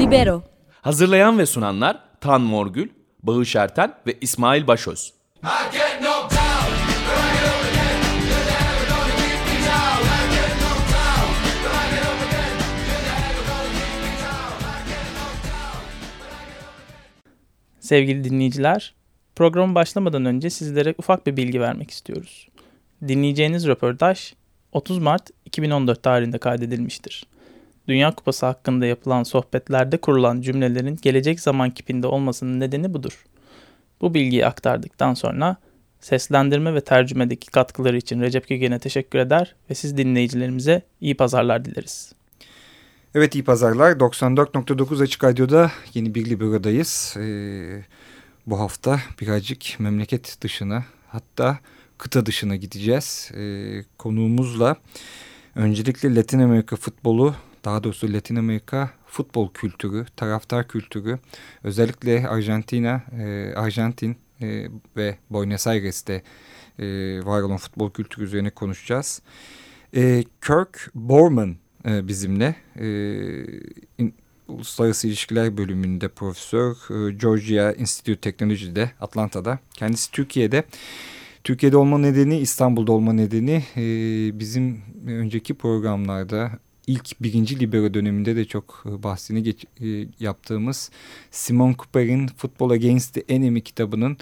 Libero. Hazırlayan ve sunanlar Tan Morgül, Bağış Erten ve İsmail Başöz. Sevgili dinleyiciler, program başlamadan önce sizlere ufak bir bilgi vermek istiyoruz. Dinleyeceğiniz röportaj 30 Mart 2014 tarihinde kaydedilmiştir. Dünya Kupası hakkında yapılan sohbetlerde kurulan cümlelerin gelecek zaman kipinde olmasının nedeni budur. Bu bilgiyi aktardıktan sonra seslendirme ve tercümedeki katkıları için Recep Gügen'e teşekkür eder ve siz dinleyicilerimize iyi pazarlar dileriz. Evet, iyi pazarlar. 94.9 Açık Radyo'da yeni bir Libero'dayız. Bu hafta birazcık memleket dışına, hatta kıta dışına gideceğiz. Konuğumuzla öncelikle Latin Amerika futbolu, daha doğrusu Latin Amerika futbol kültürü, taraftar kültürü, özellikle Arjantin ve Buenos Aires'te var olan futbol kültürü üzerine konuşacağız. Kirk Borman bizimle, Uluslararası İlişkiler bölümünde profesör, Georgia Institute Technology'de, Atlanta'da. Kendisi Türkiye'de olma nedeni, İstanbul'da olma nedeni bizim önceki programlarda ilk birinci Libero döneminde de çok bahsini yaptığımız Simon Cooper'in Football Against the Enemy kitabının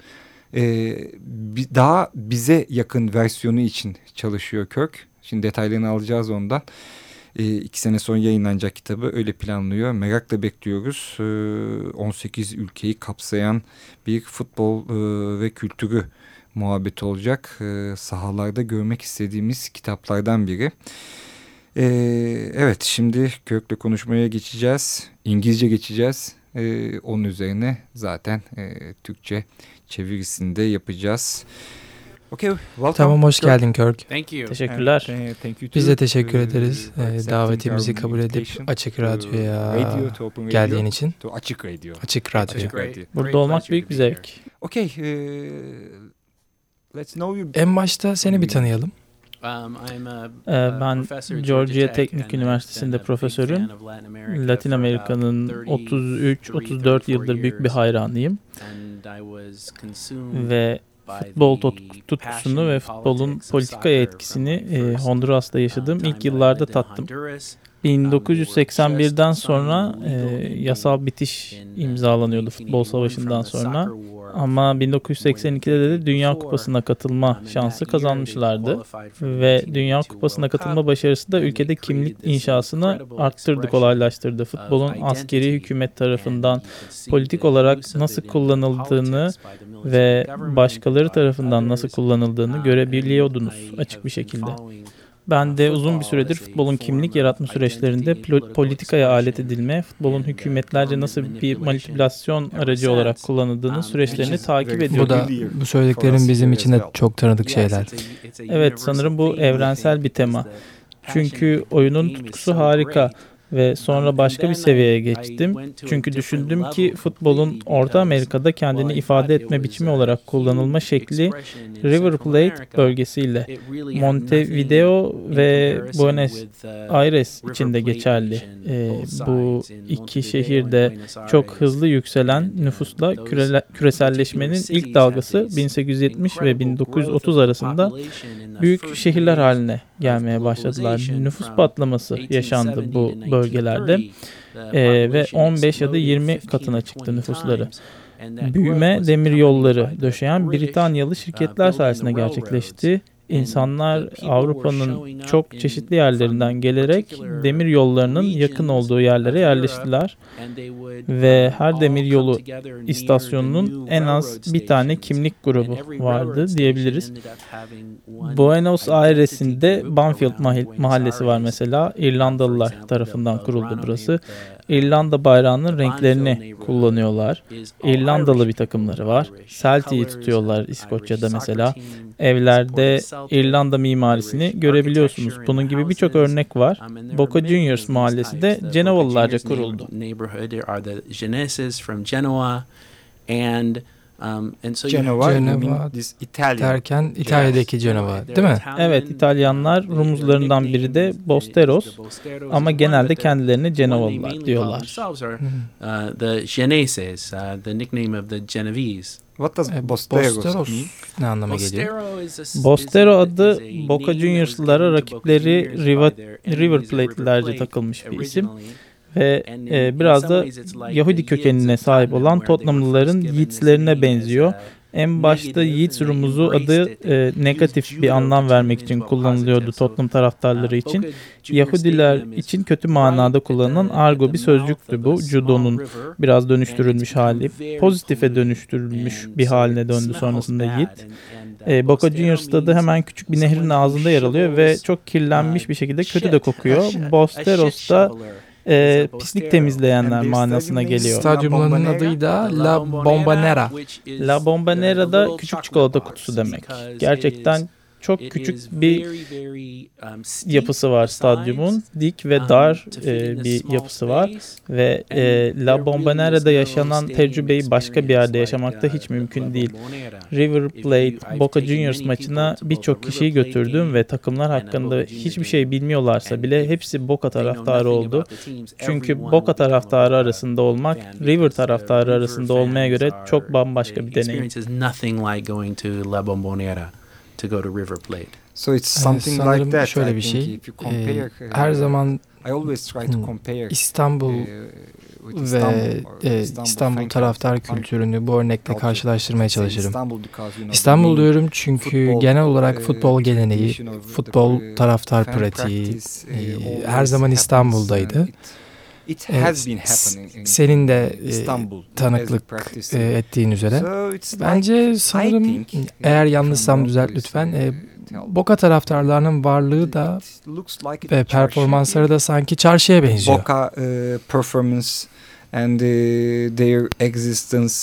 daha bize yakın versiyonu için çalışıyor Kirk. Şimdi detaylarını alacağız ondan. 2 sene sonra yayınlanacak kitabı öyle planlıyor. Merakla bekliyoruz. 18 ülkeyi kapsayan bir futbol ve kültürü muhabbeti olacak. Sahalarda görmek istediğimiz kitaplardan biri. Evet, şimdi Kirk'le konuşmaya geçeceğiz. İngilizce geçeceğiz. Onun üzerine zaten Türkçe çevirisini de yapacağız. Okay, tamam, hoş geldin Kirk. Teşekkürler. Biz de teşekkür ederiz davetimizi kabul edip Açık Radyo'ya geldiğin için. Açık Radyo. Burada olmak büyük bir zevk. Okay, en başta seni bir tanıyalım. Ben Georgia Teknik Üniversitesi'nde profesörüm. Latin Amerika'nın 33-34 yıldır büyük bir hayranıyım. Ve futbol tutkusunu ve futbolun politikaya etkisini Honduras'ta yaşadığım ilk yıllarda tattım. 1981'den sonra yasal bitiş imzalanıyordu futbol savaşından sonra. Ama 1982'de de Dünya Kupası'na katılma şansı kazanmışlardı. Ve Dünya Kupası'na katılma başarısı da ülkede kimlik inşasını arttırdı, kolaylaştırdı. Futbolun askeri hükümet tarafından politik olarak nasıl kullanıldığını ve başkaları tarafından nasıl kullanıldığını görebiliyordunuz açık bir şekilde. Ben de uzun bir süredir futbolun kimlik yaratma süreçlerinde politikaya alet edilme, futbolun hükümetlerce nasıl bir manipülasyon aracı olarak kullanıldığının süreçlerini takip ediyorum. Bu söylediklerin bizim için de çok tanıdık şeyler. Evet, sanırım bu evrensel bir tema. Çünkü oyunun tutkusu harika. Ve sonra başka bir seviyeye geçtim. Çünkü düşündüm ki futbolun Orta Amerika'da kendini ifade etme biçimi olarak kullanılma şekli River Plate bölgesiyle Montevideo ve Buenos Aires için de geçerli. Bu iki şehirde çok hızlı yükselen nüfusla küreselleşmenin ilk dalgası 1870 ve 1930 arasında büyük şehirler haline gelmeye başladılar. Nüfus patlaması yaşandı bu bölgelerde ve 15 ya da 20 katına çıktı nüfusları. Büyüme demir yolları döşeyen Britanyalı şirketler sayesinde gerçekleşti. İnsanlar Avrupa'nın çok çeşitli yerlerinden gelerek demir yollarının yakın olduğu yerlere yerleştiler. Ve her demir yolu istasyonunun en az bir tane kimlik grubu vardı diyebiliriz. Buenos Aires'in de Banfield mahallesi var mesela. İrlandalılar tarafından kuruldu burası. İrlanda bayrağının renklerini kullanıyorlar. İrlandalı bir takımları var. Celtic'i tutuyorlar İskoçya'da mesela. Evlerde İrlanda mimarisini görebiliyorsunuz. Bunun gibi birçok örnek var. Boca Juniors mahallesi de Genovalılarca kuruldu. Genova derken İtalya'daki Genova, değil mi? Evet, İtalyanlar rumuzlarından biri de Bosteros ama genelde kendilerini Genovalılar diyorlar. The Geneses, the nickname of the Genovese. What does Bosteros mean? Ne anlama geliyor? Bostero adı Boca Juniors'lara rakipleri River Plate'lilerce takılmış bir isim. Ve biraz da Yahudi kökenine sahip olan Tottenhamlıların Yeats'lerine benziyor. En başta Yeats rumuzu adı negatif bir anlam vermek için kullanılıyordu Tottenham taraftarları için. Yahudiler için kötü manada kullanılan argo bir sözcüktü bu. Judo'nun biraz dönüştürülmüş hali. Pozitife dönüştürülmüş bir haline döndü sonrasında Yeats. Boca Juniors stadı hemen küçük bir nehrin ağzında yer alıyor ve çok kirlenmiş bir şekilde kötü de kokuyor. Bosteros da pislik temizleyenler manasına geliyor. Stadyumlarının adı da La Bombonera. La Bombonera da küçük çikolata kutusu demek. Gerçekten çok küçük bir yapısı var stadyumun. Dik ve dar bir yapısı var. Ve La Bombonera'da yaşanan tecrübeyi başka bir yerde yaşamakta hiç mümkün değil. River Plate, Boca Juniors maçına birçok kişiyi götürdüm ve takımlar hakkında hiçbir şey bilmiyorlarsa bile hepsi Boca taraftarı oldu. Çünkü Boca taraftarı arasında olmak, River taraftarı arasında olmaya göre çok bambaşka bir deneyim. To go to River Plate. So it's something like that. Şöyle bir şey. Her zaman İstanbul ve İstanbul taraftar kültürünü bu örnekle karşılaştırmaya çalışırım. İstanbul diyorum çünkü genel olarak futbol geleneği, futbol taraftar pratiği her zaman İstanbul'daydı. Senin de tanıklık ettiğin üzere. Bence sanırım, eğer yanlışsam düzelt lütfen, Boca taraftarlarının varlığı da ve performansları da sanki çarşıya benziyor. Boca performance and their existence.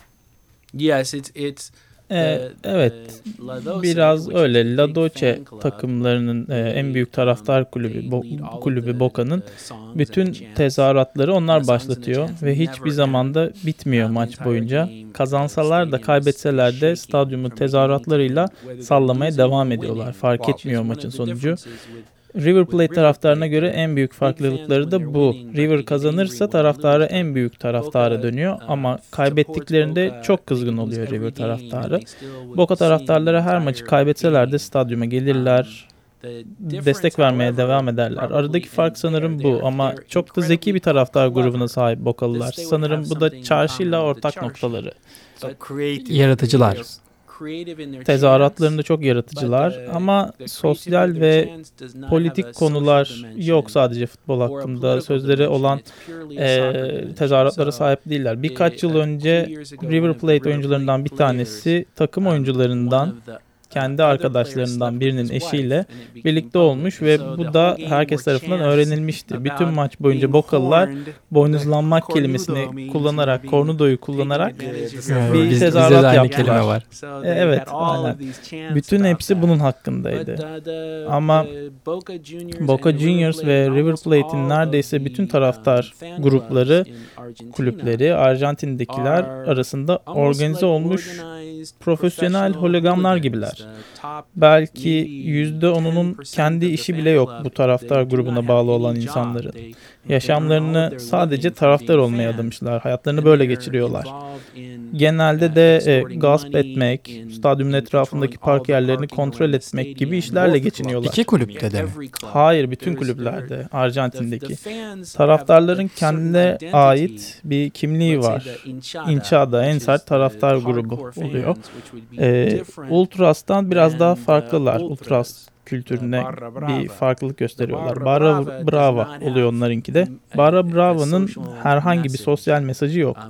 Yes, it's evet, biraz öyle. La Doce takımlarının en büyük taraftar kulübü Boca'nın bütün tezahüratları onlar başlatıyor ve hiçbir zaman da bitmiyor maç boyunca. Kazansalar da kaybetseler de stadyumu tezahüratlarıyla sallamaya devam ediyorlar. Fark etmiyor maçın sonucu. River Plate taraftarına göre en büyük farklılıkları da bu. River kazanırsa taraftarı en büyük taraftara dönüyor ama kaybettiklerinde çok kızgın oluyor River taraftarı. Boca taraftarları her maçı kaybetseler de stadyuma gelirler, destek vermeye devam ederler. Aradaki fark sanırım bu ama çok da zeki bir taraftar grubuna sahip Bocalılar. Sanırım bu da çarşıyla ortak noktaları. Yaratıcılar. Tezahüratlarında çok yaratıcılar ama sosyal ve politik konular yok sadece futbol hakkında. Sözleri olan tezahüratlara sahip değiller. Birkaç yıl önce River Plate oyuncularından bir tanesi takım oyuncularından kendi arkadaşlarından birinin eşiyle birlikte olmuş ve bu da herkes tarafından öğrenilmişti. Bütün maç boyunca Bocalılar boynuzlanmak kelimesini kullanarak, cornudo'yu kullanarak bir tezahürat yaptılar. Var. Evet, aynen. Bütün hepsi bunun hakkındaydı. Ama Boca Juniors ve River Plate'in neredeyse bütün taraftar grupları, kulüpleri, Arjantin'dekiler arasında organize olmuş profesyonel holiganlar gibiler. Belki %10'unun kendi işi bile yok bu taraftar grubuna bağlı olan insanların. Yaşamlarını sadece taraftar olmaya adamışlar. Hayatlarını böyle geçiriyorlar. Genelde de gasp etmek, stadyumun etrafındaki park yerlerini kontrol etmek gibi işlerle geçiniyorlar. İki kulüpte de mi? Hayır, bütün kulüplerde, Arjantin'deki. Taraftarların kendine ait bir kimliği var. Inchada en sert taraftar grubu oluyor. Ultras'tan biraz daha farklılar. Ultras kültürüne bir farklılık gösteriyorlar. Barra Brava oluyor onlarınki de. Barra Brava'nın herhangi bir sosyal mesajı yok.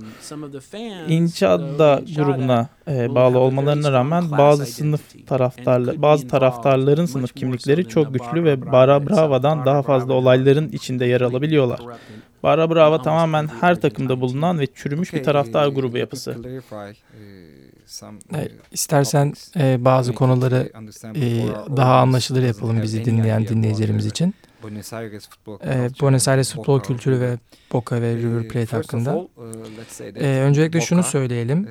Inchada grubuna bağlı olmalarına rağmen bazı taraftarların sınıf kimlikleri çok güçlü ve Barra Brava'dan daha fazla olayların içinde yer alabiliyorlar. Barra Brava tamamen her takımda bulunan ve çürümüş bir taraftar grubu yapısı. İstersen bazı konuları daha anlaşılır yapalım bizi dinleyen dinleyicilerimiz için. Buenos Aires futbol kültürü ve Boca ve River Plate hakkında. Öncelikle şunu söyleyelim.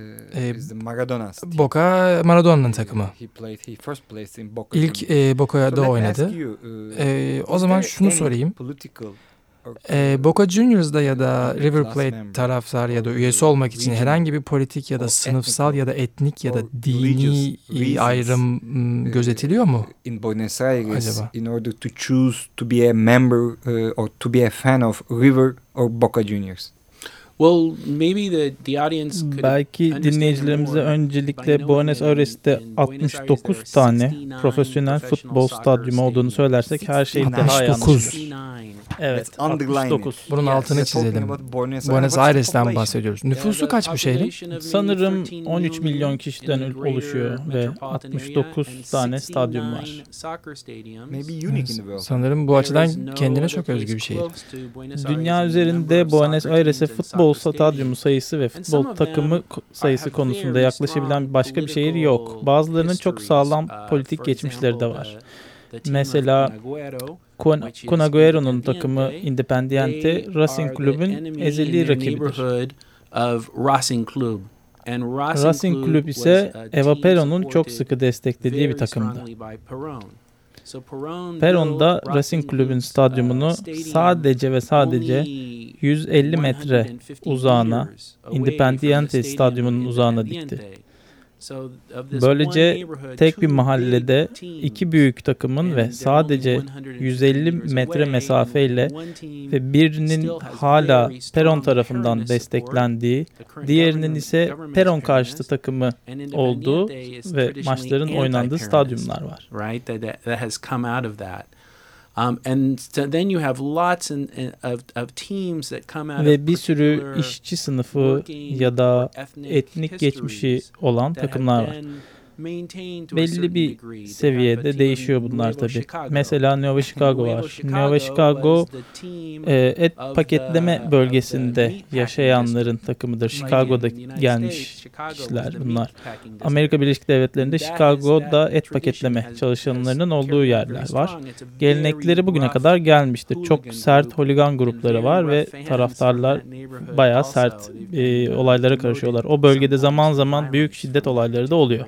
Boca Maradona'nın takımı. İlk Boca'da oynadı. O zaman şunu sorayım. Boca Juniors'da ya da River Plate taraftar ya da üyesi olmak için herhangi bir politik ya da sınıfsal ya da etnik ya da dini ayrım gözetiliyor mu in Buenos Aires acaba? In order to choose to be a member or to be a fan of River or Boca Juniors? Belki dinleyicilerimize öncelikle Buenos Aires'te 69 tane profesyonel futbol stadyumu olduğunu söylersek her şey daha iyi anlaşılır. Evet, 69. Bunun altını çizelim. Buenos Aires'ten bahsediyoruz. Nüfusu kaç bu şehrin? Sanırım 13 milyon kişiden oluşuyor ve 69 tane stadyum var. Sanırım bu açıdan kendine çok özgü bir şehir. Dünya üzerinde Buenos Aires'e futbol stadyumu sayısı ve futbol takımı sayısı konusunda yaklaşabilen başka bir şehir yok. Bazılarının çok sağlam politik geçmişleri de var. Mesela Kun Agüero'nun takımı Independiente, Racing Club'ün ezeli rakibidir. Racing Club ise Eva Perón'un çok sıkı desteklediği bir takımdı. Perón'da Racing Club'ün stadyumunu sadece ve sadece 150 metre uzağına, Independiente stadyumunun uzağına dikti. Böylece tek bir mahallede iki büyük takımın ve sadece 150 metre mesafeyle ve birinin hala Perón tarafından desteklendiği, diğerinin ise Perón karşıtı takımı olduğu ve maçların oynandığı stadyumlar var. Ve bir sürü işçi sınıfı ya da etnik geçmişi olan takımlar var. Belli bir seviyede değişiyor bunlar tabii. Mesela Nova Chicago var. Nova Chicago et paketleme bölgesinde yaşayanların takımıdır. Chicago'da gelmiş kişiler bunlar. Amerika Birleşik Devletleri'nde Chicago'da et paketleme çalışanlarının olduğu yerler var. Gelenekleri bugüne kadar gelmiştir. Çok sert holigan grupları var ve taraftarlar bayağı sert olaylara karışıyorlar. O bölgede zaman zaman büyük şiddet olayları da oluyor.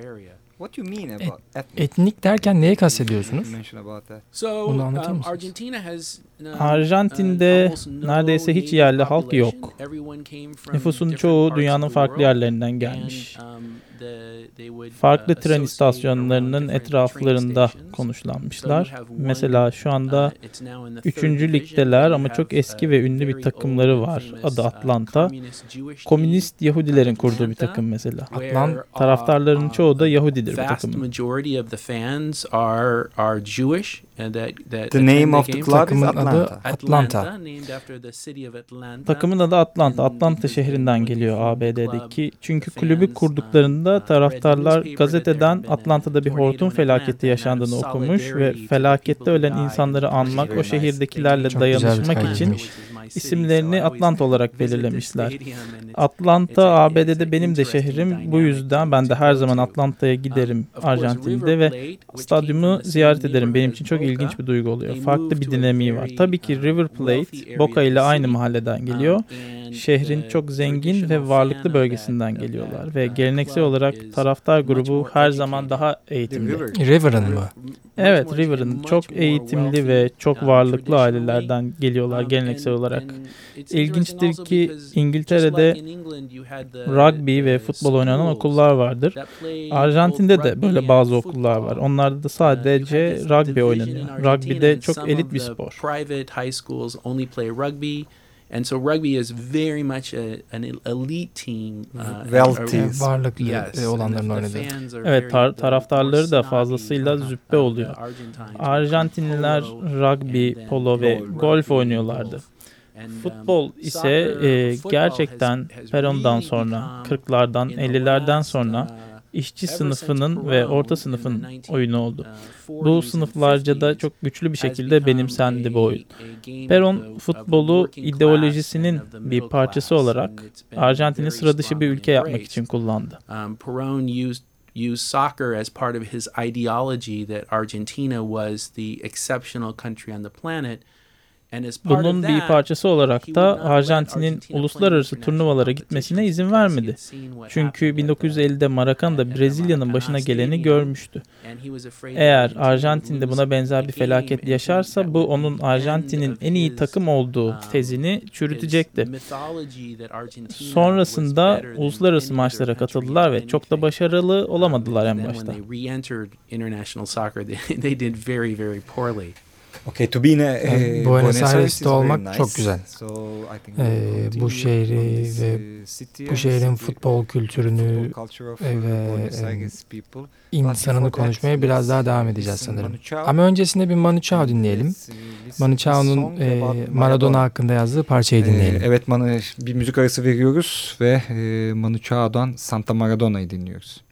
Etnik derken neye kastediyorsunuz? Bunu anlatır mısınız? Arjantin'de neredeyse hiç yerli halk yok. Nüfusun çoğu dünyanın farklı yerlerinden gelmiş. Farklı tren istasyonlarının etraflarında konuşlanmışlar. Mesela şu anda 3. ligdeler ama çok eski ve ünlü bir takımları var. Adı Atlanta. Komünist Yahudilerin kurduğu bir takım mesela. Taraftarların çoğu da Yahudidir bu takımın. The name of the club is Atlanta. Takımın adı Atlanta. Atlanta şehrinden geliyor ABD'deki. Çünkü kulübü kurduklarında taraftarlar gazeteden Atlanta'da bir hortum felaketi yaşandığını okumuş ve felakette ölen insanları anmak, o şehirdekilerle dayanışmak için isimlerini Atlanta olarak belirlemişler. Atlanta ABD'de benim de şehrim. Bu yüzden ben de her zaman Atlanta'ya giderim Arjantin'de ve stadyumu ziyaret ederim. Benim için çok ilginç bir duygu oluyor. Farklı bir dinamiği var. Tabii ki River Plate, Boca ile aynı mahalleden geliyor. Şehrin çok zengin ve varlıklı bölgesinden geliyorlar ve geleneksel olarak taraftar grubu her zaman daha eğitimli. River'ın mı? Evet, River'ın çok eğitimli ve çok varlıklı ailelerden geliyorlar geleneksel olarak. İlginçtir ki İngiltere'de rugby ve futbol oynanan okullar vardır. Arjantin'de de böyle bazı okullar var. Onlarda da sadece rugby oynanıyor. Rugby de çok elit bir spor. And so rugby is very much an elite team. Varlıklı olanların oynadığı. Evet, taraftarları da fazlasıyla züppe oluyor. Arjantinliler rugby, polo ve golf oynuyorlardı. Futbol ise gerçekten Perón'dan sonra, 40'lardan, 50'lerden sonra işçi sınıfının ve orta sınıfın oyunu oldu. Bu sınıflarca da çok güçlü bir şekilde benimsendi bu oyun. Perón futbolu ideolojisinin bir parçası olarak Arjantin'i sıra dışı bir ülke yapmak için kullandı. use soccer as part of his ideology that Argentina was the exceptional country on the planet. Bunun bir parçası olarak da Arjantin'in uluslararası turnuvalara gitmesine izin vermedi. Çünkü 1950'de Maracana'da Brezilya'nın başına geleni görmüştü. Eğer Arjantin de buna benzer bir felaket yaşarsa bu onun Arjantin'in en iyi takım olduğu tezini çürütecekti. Sonrasında uluslararası maçlara katıldılar ve çok da başarılı olamadılar en başta. Okay, to be in Buenos Aires'te olmak çok güzel. Bu şehri ve bu şehrin futbol kültürünü ve insanını konuşmaya biraz daha devam edeceğiz sanırım. Ama öncesinde bir Manu Chao dinleyelim. Manu Chao'nun Maradona hakkında yazdığı parçayı dinleyelim. Evet, bir müzik arası veriyoruz ve Manu Chao'dan Santa Maradona'yı dinliyoruz.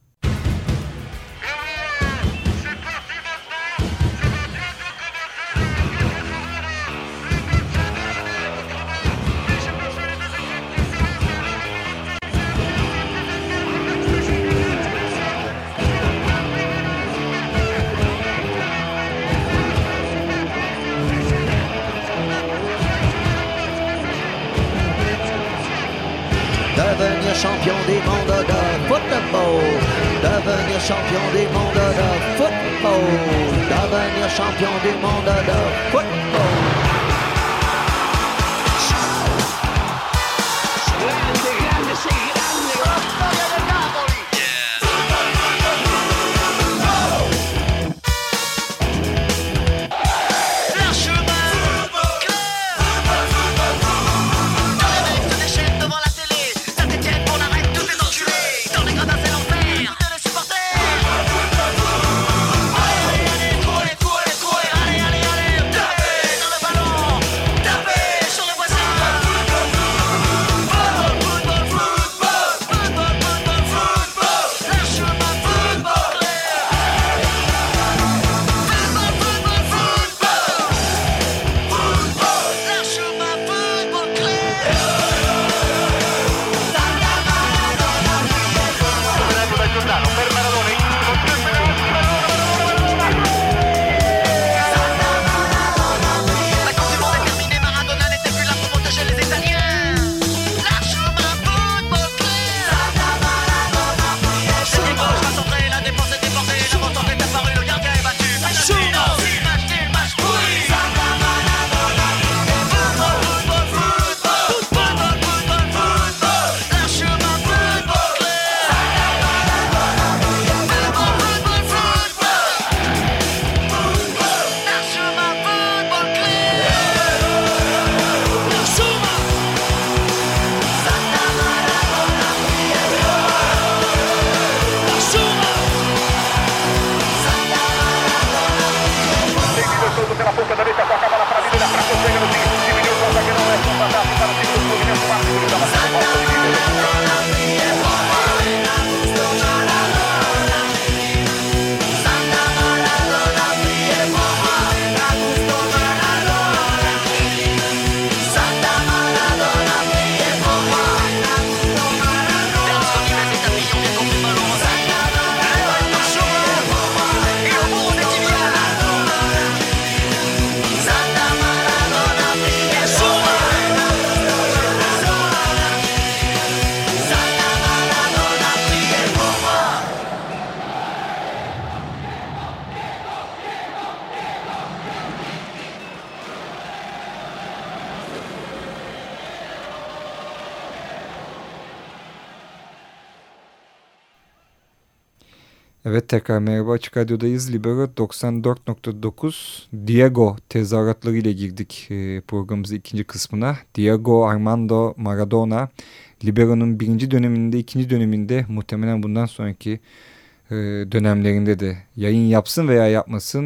Devenir champion du monde de football. Devenir champion du monde de football. Devenir champion du monde de football. Grande, grande, sei grande. La storia del Napoli. Evet, tekrar merhaba, Açık Radyo'dayız. Libero 94.9 Diego tezahüratları ile girdik programımızın ikinci kısmına. Diego Armando Maradona, Libero'nun birinci döneminde, ikinci döneminde, muhtemelen bundan sonraki dönemlerinde de yayın yapsın veya yapmasın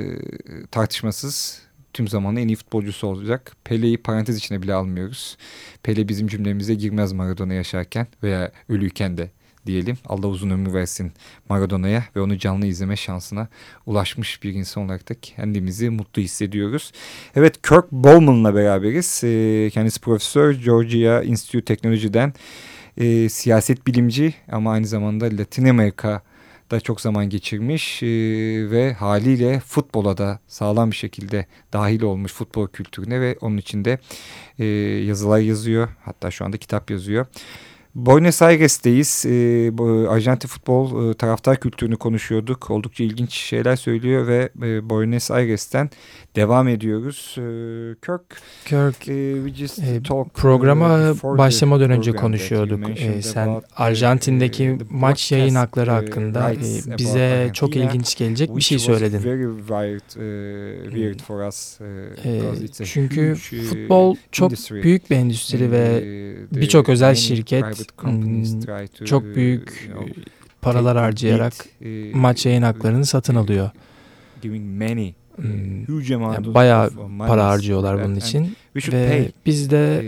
tartışmasız tüm zamanın en iyi futbolcusu olacak. Pele'yi parantez içine bile almıyoruz. Pele bizim cümlemize girmez Maradona yaşarken veya ölüyken de diyelim. Allah uzun ömür versin Maradona'ya ve onu canlı izleme şansına ulaşmış bir insan olarak da kendimizi mutlu hissediyoruz. Evet, Kirk Bowman'la beraberiz. Kendisi profesör, Georgia Institute Teknoloji'den siyaset bilimci ama aynı zamanda Latin Amerika da çok zaman geçirmiş ve haliyle futbola da sağlam bir şekilde dahil olmuş, futbol kültürüne, ve onun içinde yazılar yazıyor. Hatta şu anda kitap yazıyor. Buenos Aires'teyiz. Arjantin futbol taraftar kültürünü konuşuyorduk. Oldukça ilginç şeyler söylüyor ve Buenos Aires'ten devam ediyoruz. Kirk, programa başlamadan önce konuşuyorduk. Sen Arjantin'deki maç yayın hakları hakkında bize çok ilginç gelecek bir şey söyledin. Çünkü futbol çok büyük bir endüstri ve birçok özel şirket çok büyük paralar harcayarak maç yayın haklarını satın alıyor. Yani bayağı para harcıyorlar bunun için ve biz de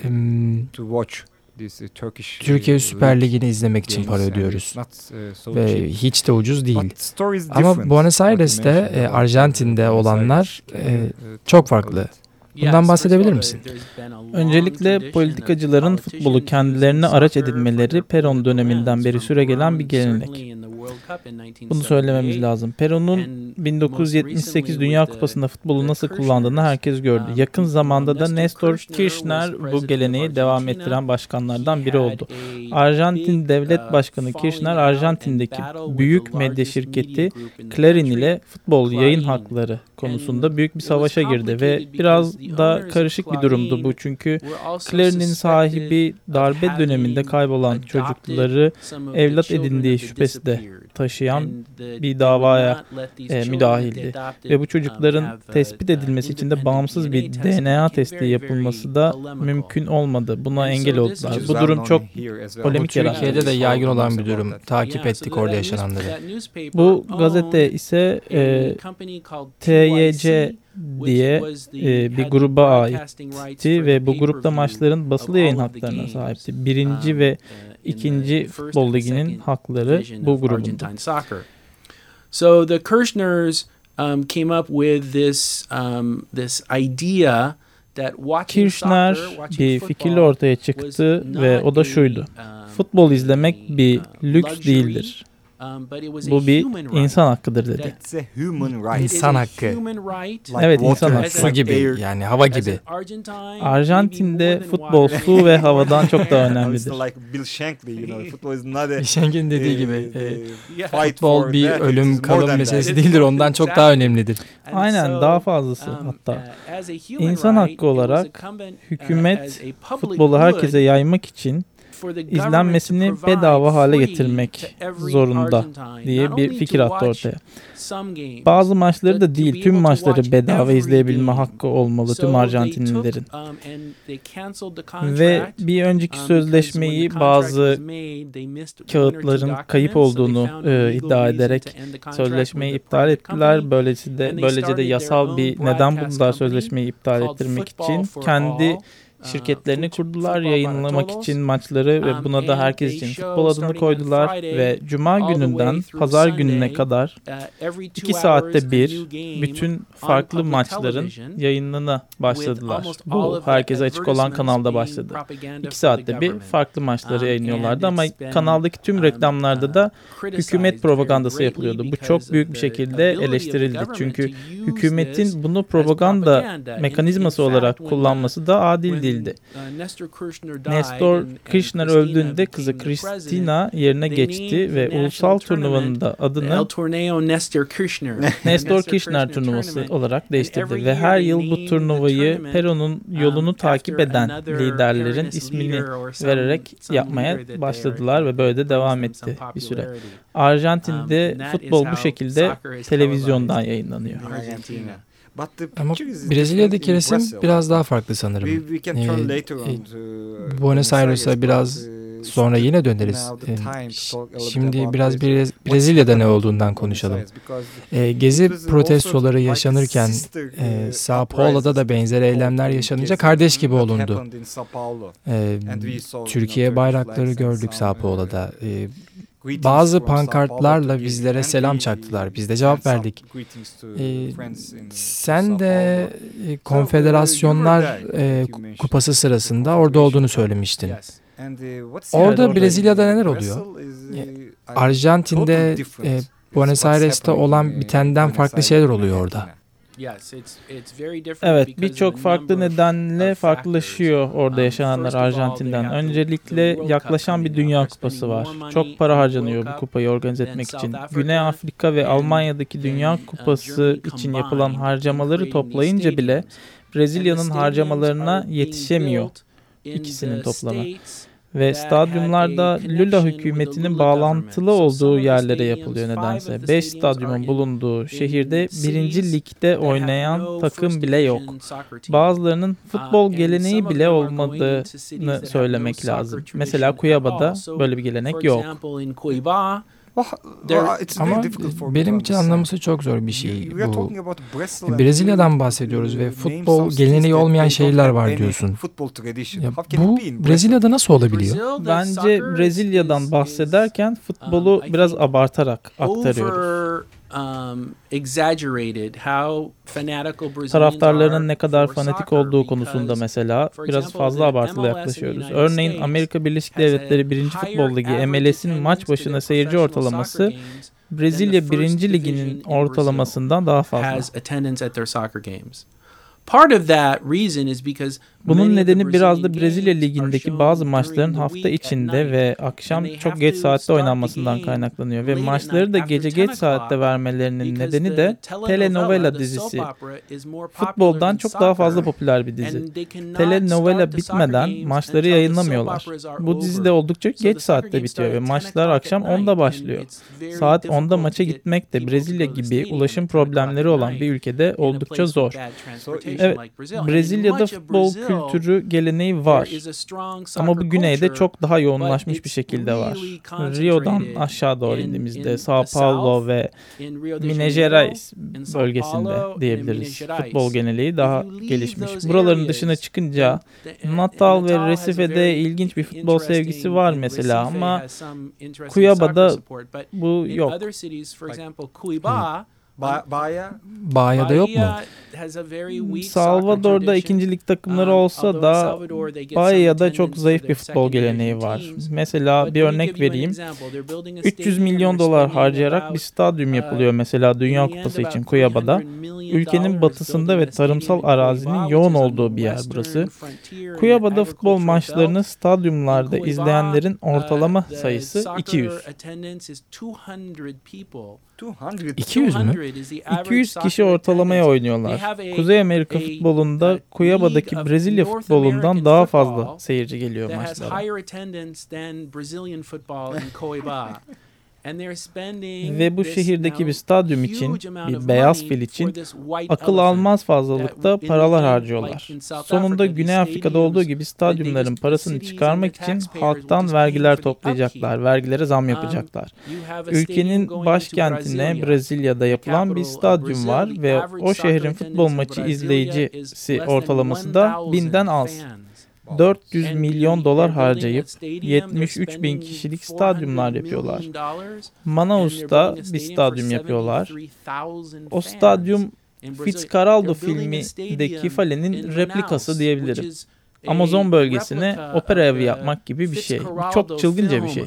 Türkiye Süper Ligi'ni izlemek için para ödüyoruz ve hiç de ucuz değil. Ama Buenos Aires'te, Arjantin'de olanlar çok farklı. Bundan bahsedebilir misin? Öncelikle politikacıların futbolu kendilerine araç edinmeleri Perón döneminden beri süregelen bir gelenek. Bunu söylememiz lazım. Perón'un 1978 Dünya Kupası'nda futbolu nasıl kullandığını herkes gördü. Yakın zamanda da Néstor Kirchner bu geleneği devam ettiren başkanlardan biri oldu. Arjantin Devlet Başkanı Kirchner, Arjantin'deki büyük medya şirketi Clarín ile futbol yayın hakları konusunda büyük bir savaşa girdi ve biraz da karışık bir durumdu bu, çünkü Clarin'in sahibi darbe döneminde kaybolan çocukları evlat edindiği şüphesi de taşıyan bir davaya müdahildi ve bu çocukların tespit edilmesi için de bağımsız bir DNA testi yapılması da mümkün olmadı. Buna engel oldular. Bu durum çok polemik yarattı. Türkiye'de de yaygın olan bir durum. Takip ettik orada yaşananları. Bu gazete ise TYC diye bir gruba aitti ve bu grupta maçların basılı yayın haklarına sahipti. Birinci ve ikinci futbol liginin hakları bu grubundu. So the Kirchners came up with this idea that Kirchner bir fikirle ortaya çıktı ve o da şuydu: futbol izlemek bir lüks değildir. Bu bir insan hakkıdır dedi. İnsan hakkı. Evet, insan hakkı. Su gibi, yani hava gibi. Arjantin'de futbol su ve havadan çok daha önemlidir. Bill Shankly'nin dediği gibi futbol bir ölüm kalım meselesi değildir, ondan çok daha önemlidir. Aynen, daha fazlası hatta. İnsan hakkı olarak hükümet futbolu herkese yaymak için izlenmesini bedava hale getirmek zorunda diye bir fikir attı ortaya. Bazı maçları da değil, tüm maçları bedava izleyebilme hakkı olmalı tüm Arjantinlilerin. Ve bir önceki sözleşmeyi bazı kağıtların kayıp olduğunu iddia ederek sözleşmeyi iptal ettiler. Böylece de yasal bir neden buldular sözleşmeyi iptal ettirmek için. Kendi şirketlerini kurdular yayınlamak için maçları ve buna da herkes için futbol adını koydular ve Cuma gününden Pazar gününe kadar 2 saatte bir bütün farklı maçların yayınına başladılar. Bu herkese açık olan kanalda başladı. 2 saatte bir farklı maçları yayınlıyorlardı ama kanaldaki tüm reklamlarda da hükümet propagandası yapılıyordu. Bu çok büyük bir şekilde eleştirildi. Çünkü hükümetin bunu propaganda mekanizması olarak kullanması da adil değildi. Néstor Kirchner öldüğünde kızı Cristina yerine geçti ve ulusal turnuvanın da adını Néstor Kirchner turnuvası olarak değiştirdi ve her yıl bu turnuvayı Perón'un yolunu takip eden liderlerin ismini vererek yapmaya başladılar ve böyle de devam etti bir süre. Arjantin'de futbol bu şekilde televizyondan yayınlanıyor. Ama Brezilya'daki resim biraz daha farklı sanırım. Buenos Aires'e biraz sonra yine döneriz. Şimdi biraz Brezilya'da ne olduğundan konuşalım. Gezi protestoları yaşanırken São Paulo'da da benzer eylemler yaşanınca kardeş gibi olundu. Türkiye bayrakları gördük São Paulo'da. Bazı pankartlarla bizlere selam çaktılar. Biz de cevap verdik. Sen de Konfederasyonlar Kupası sırasında orada olduğunu söylemiştin. Orada Brezilya'da neler oluyor? Arjantin'de Buenos Aires'te olan bitenden farklı şeyler oluyor orada. Evet, birçok farklı nedenle farklılaşıyor orada yaşananlar Arjantin'den. Öncelikle yaklaşan bir Dünya Kupası var. Çok para harcanıyor bu kupayı organize etmek için. Güney Afrika ve Almanya'daki Dünya Kupası için yapılan harcamaları toplayınca bile Brezilya'nın harcamalarına yetişemiyor ikisinin toplamı. Ve stadyumlarda Lula hükümetinin bağlantılı olduğu yerlere yapılıyor nedense. 5 stadyumun bulunduğu şehirde 1. Lig'de oynayan takım bile yok. Bazılarının futbol geleneği bile olmadığını söylemek lazım. Mesela Cuiaba'da böyle bir gelenek yok. Ama benim için anlaması çok zor bir şey bu. Brezilya'dan bahsediyoruz ve futbol geleneği olmayan şehirler var diyorsun. Ya, bu Brezilya'da nasıl olabiliyor? Bence Brezilya'dan bahsederken futbolu biraz abartarak aktarıyoruz. Taraftarlarının ne kadar fanatik olduğu konusunda mesela biraz fazla abartılı yaklaşıyoruz. Örneğin Amerika Birleşik Devletleri 1. Futbol Ligi MLS'in maç başına seyirci ortalaması Brezilya 1. Ligi'nin ortalamasından daha fazla. Bunun nedeni biraz da Brezilya Ligi'ndeki bazı maçların hafta içinde ve akşam çok geç saatte oynanmasından kaynaklanıyor. Ve maçları da gece geç saatte vermelerinin nedeni de telenovela dizisi. Futboldan çok daha fazla popüler bir dizi. Telenovela bitmeden maçları yayınlamıyorlar. Bu dizi de oldukça geç saatte bitiyor ve maçlar akşam 10'da başlıyor. Saat 10'da maça gitmek de Brezilya gibi ulaşım problemleri olan bir ülkede oldukça zor. Evet, Brezilya'da futbol kültürü geleneği var. Ama bu güneyde çok daha yoğunlaşmış bir şekilde var. Rio'dan aşağı doğru indiğimizde São Paulo ve Minas Gerais bölgesinde diyebiliriz. Futbol geleneği daha gelişmiş. Buraların dışına çıkınca Natal ve Recife'de ilginç bir futbol sevgisi var mesela ama Cuiaba'da bu yok. Bahia'da yok mu? Salvador'da 2. lig takımları olsa da Bahia'da çok zayıf bir futbol geleneği var. Mesela bir örnek vereyim. 300 milyon dolar harcayarak bir stadyum yapılıyor mesela Dünya Kupası için Cuiaba'da. Ülkenin batısında ve tarımsal arazinin yoğun olduğu bir yer burası. Cuiaba'da futbol maçlarını stadyumlarda izleyenlerin ortalama sayısı 200. 200 mü? 200 kişi ortalamaya oynuyorlar. Kuzey Amerika futbolunda Cuiaba'daki Brezilya futbolundan daha fazla seyirci geliyor maçlara. Ve bu şehirdeki bir stadyum için, bir beyaz fil için akıl almaz fazlalıkta paralar harcıyorlar. Sonunda Güney Afrika'da olduğu gibi stadyumların parasını çıkarmak için halktan vergiler toplayacaklar, vergilere zam yapacaklar. Ülkenin başkentine Brezilya'da yapılan bir stadyum var ve o şehrin futbol maçı izleyicisi ortalaması da 1000'den az. 400 milyon dolar harcayıp 73 bin kişilik stadyumlar yapıyorlar. Manaus'ta bir stadyum yapıyorlar. O stadyum Fitzcarraldo filmindeki Fale'nin replikası diyebilirim. Amazon bölgesine opera evi yapmak gibi bir şey. Çok çılgınca bir şey.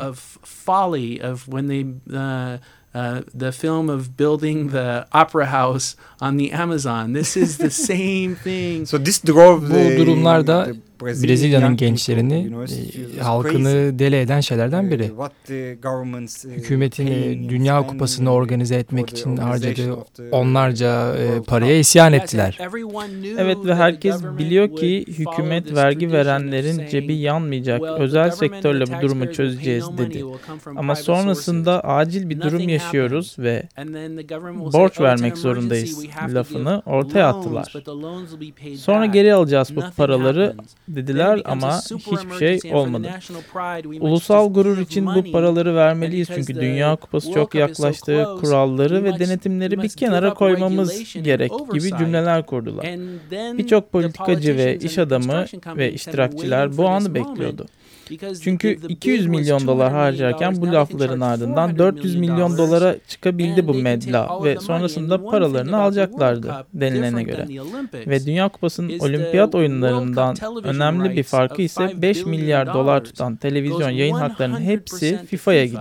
The film of building the opera house on the Amazon. This is the same thing. Bu durumlarda Brezilya'nın gençlerini, halkını deli eden şeylerden biri. Hükümetin Dünya Kupası'nı organize etmek için harcadığı onlarca paraya isyan ettiler. Evet ve herkes biliyor ki hükümet vergi verenlerin cebi yanmayacak, özel sektörle bu durumu çözeceğiz dedi. Ama sonrasında acil bir durum yaşıyoruz ve borç vermek zorundayız lafını ortaya attılar. Sonra geri alacağız bu paraları dediler ama hiçbir şey olmadı. Ulusal gurur için bu paraları vermeliyiz çünkü Dünya Kupası çok yaklaştı, kuralları ve denetimleri bir kenara koymamız gerek gibi cümleler kurdular. Birçok politikacı ve iş adamı ve iştirakçılar bu anı bekliyordu. Çünkü 200 milyon dolar harcarken bu lafların ardından 400 milyon dolara çıkabildi bu meblağ ve sonrasında paralarını alacaklardı denilene göre. Ve Dünya Kupası'nın olimpiyat oyunlarından önemli bir farkı ise 5 milyar dolar tutan televizyon yayın haklarının hepsi FIFA'ya gidiyor.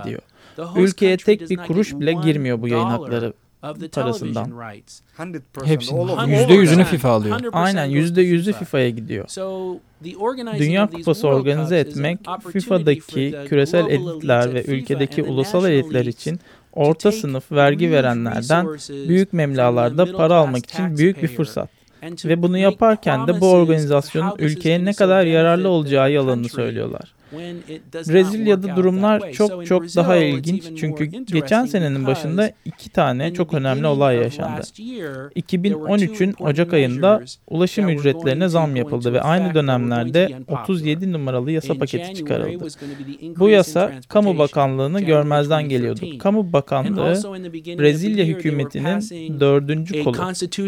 Ülkeye tek bir kuruş bile girmiyor bu yayın hakları parasından. Hepsinin %100'ünü FIFA alıyor. Aynen %100'ü FIFA'ya gidiyor. Dünya Kupası organize etmek FIFA'daki küresel elitler ve ülkedeki ulusal elitler için orta sınıf vergi verenlerden büyük meblağlarda para almak için büyük bir fırsat. Ve bunu yaparken de bu organizasyonun ülkeye ne kadar yararlı olacağı yalanını söylüyorlar. Brezilya'da durumlar çok daha ilginç çünkü geçen senenin başında 2 tane çok önemli olay yaşandı. 2013'ün Ocak ayında ulaşım ücretlerine zam yapıldı ve aynı dönemlerde 37 numaralı yasa paketi çıkarıldı. Bu yasa Kamu Bakanlığı'nı görmezden geliyordu. Kamu Bakanlığı Brezilya hükümetinin 4. kolu.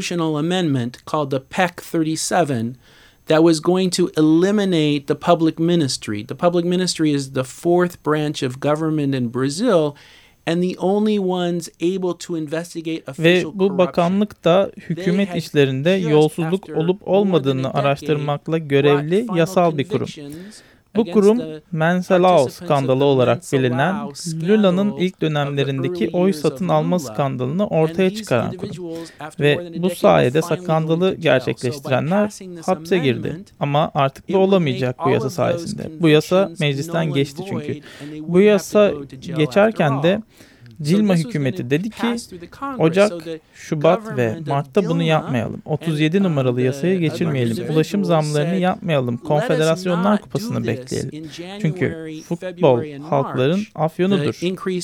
That was going to eliminate the public ministry. The public ministry is the 4th branch of government in Brazil and the only ones able to investigate official corruption. Ve bu bakanlık da hükümet işlerinde yolsuzluk olup olmadığını araştırmakla görevli yasal bir kurum. Bu kurum Mensalão skandalı olarak bilinen Lula'nın ilk dönemlerindeki oy satın alma skandalını ortaya çıkaran kurum. Ve bu sayede skandalı gerçekleştirenler hapse girdi. Ama artık bu olamayacak bu yasa sayesinde. Bu yasa meclisten geçti çünkü. Bu yasa geçerken de Dilma hükümeti dedi ki Ocak, Şubat ve Mart'ta bunu yapmayalım. 37 numaralı yasayı geçirmeyelim. Ulaşım zamlarını yapmayalım. Konfederasyonlar Kupası'nı bekleyelim. Çünkü futbol halkların afyonudur.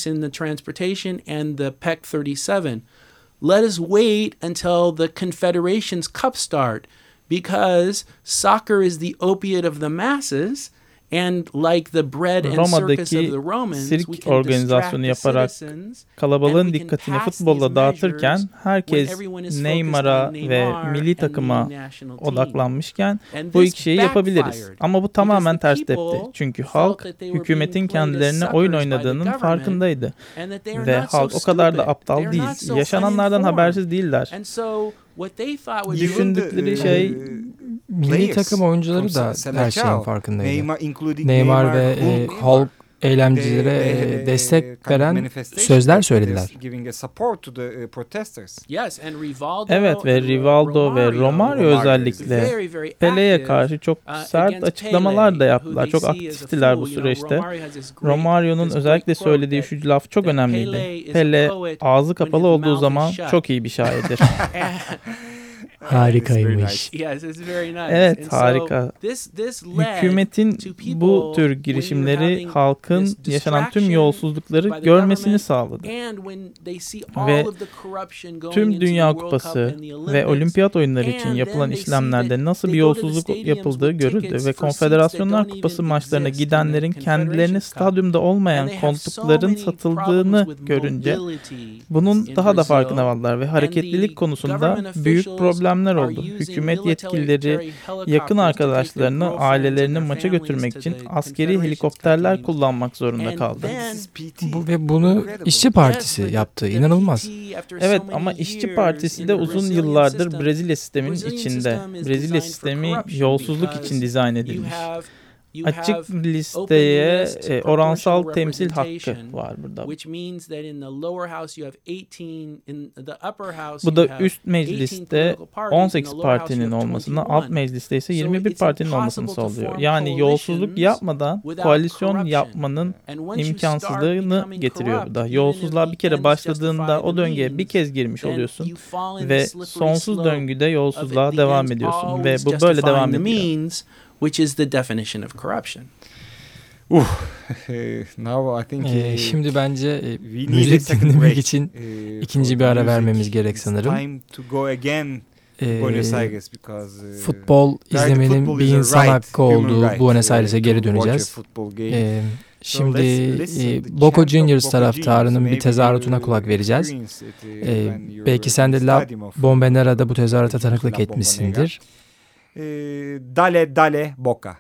Let us wait until the Confederations Cup start because soccer is the opiate of the masses. And like the bread and circus of the Romans, sirk organizasyonu yaparak kalabalığın dikkatini futbolla dağıtırken herkes Neymar'a ve milli takıma odaklanmışken bu iki şeyi yapabiliriz. Ama bu tamamen ters tepti. Çünkü halk hükümetin kendilerine oyun oynadığının farkındaydı. Ve halk o kadar da aptal değil. Yaşananlardan habersiz değiller. Düşündükleri şey milli takım oyuncuları da her şeyin farkındaydı. Neymar ve Hulk eylemcilere destek veren sözler söylediler. Evet ve Rivaldo ve Romario özellikle Pele'ye karşı çok sert açıklamalar da yaptılar. Çok aktiftiler bu süreçte. Romario'nun özellikle söylediği şu laf çok önemliydi. Pele ağzı kapalı olduğu zaman çok iyi bir şairdir. Harikaymış. Evet, harika. Hükümetin bu tür girişimleri halkın yaşanan tüm yolsuzlukları görmesini sağladı. Ve tüm Dünya Kupası ve Olimpiyat oyunları için yapılan işlemlerde nasıl bir yolsuzluk yapıldığı görüldü ve Konfederasyonlar Kupası maçlarına gidenlerin kendilerini stadyumda olmayan koltukların satıldığını görünce bunun daha da farkına vardılar ve hareketlilik konusunda büyük problemler oldu. Hükümet yetkilileri yakın arkadaşlarını, ailelerini maça götürmek için askeri helikopterler kullanmak zorunda kaldı. Ve bunu İşçi Partisi yaptı. İnanılmaz. Evet ama İşçi Partisi de uzun yıllardır Brezilya sisteminin içinde. Brezilya sistemi yolsuzluk için dizayn edilmiş. Açık listeye oransal temsil hakkı var burada. Bu da üst mecliste 18 partinin olmasını, alt mecliste ise 21 partinin olmasını sağlıyor. Yani yolsuzluk yapmadan koalisyon yapmanın imkansızlığını getiriyor bu da. Yolsuzluğa bir kere başladığında o döngüye bir kez girmiş oluyorsun ve sonsuz döngüde yolsuzluğa devam ediyorsun ve bu böyle devam ediyor. Which is the definition of corruption. Now I think şimdi bence müzik dinlemek için ikinci bir ara vermemiz gerek sanırım. Futbol izlemenin bir insan hakkı olduğu Buenos Aires'e geri döneceğiz. Şimdi Boca Juniors taraftarının bir tezahüratına kulak vereceğiz. Belki sen de La Bomboniera'da bu tezahürata tanıklık etmişsindir. Dale, dale, Boca.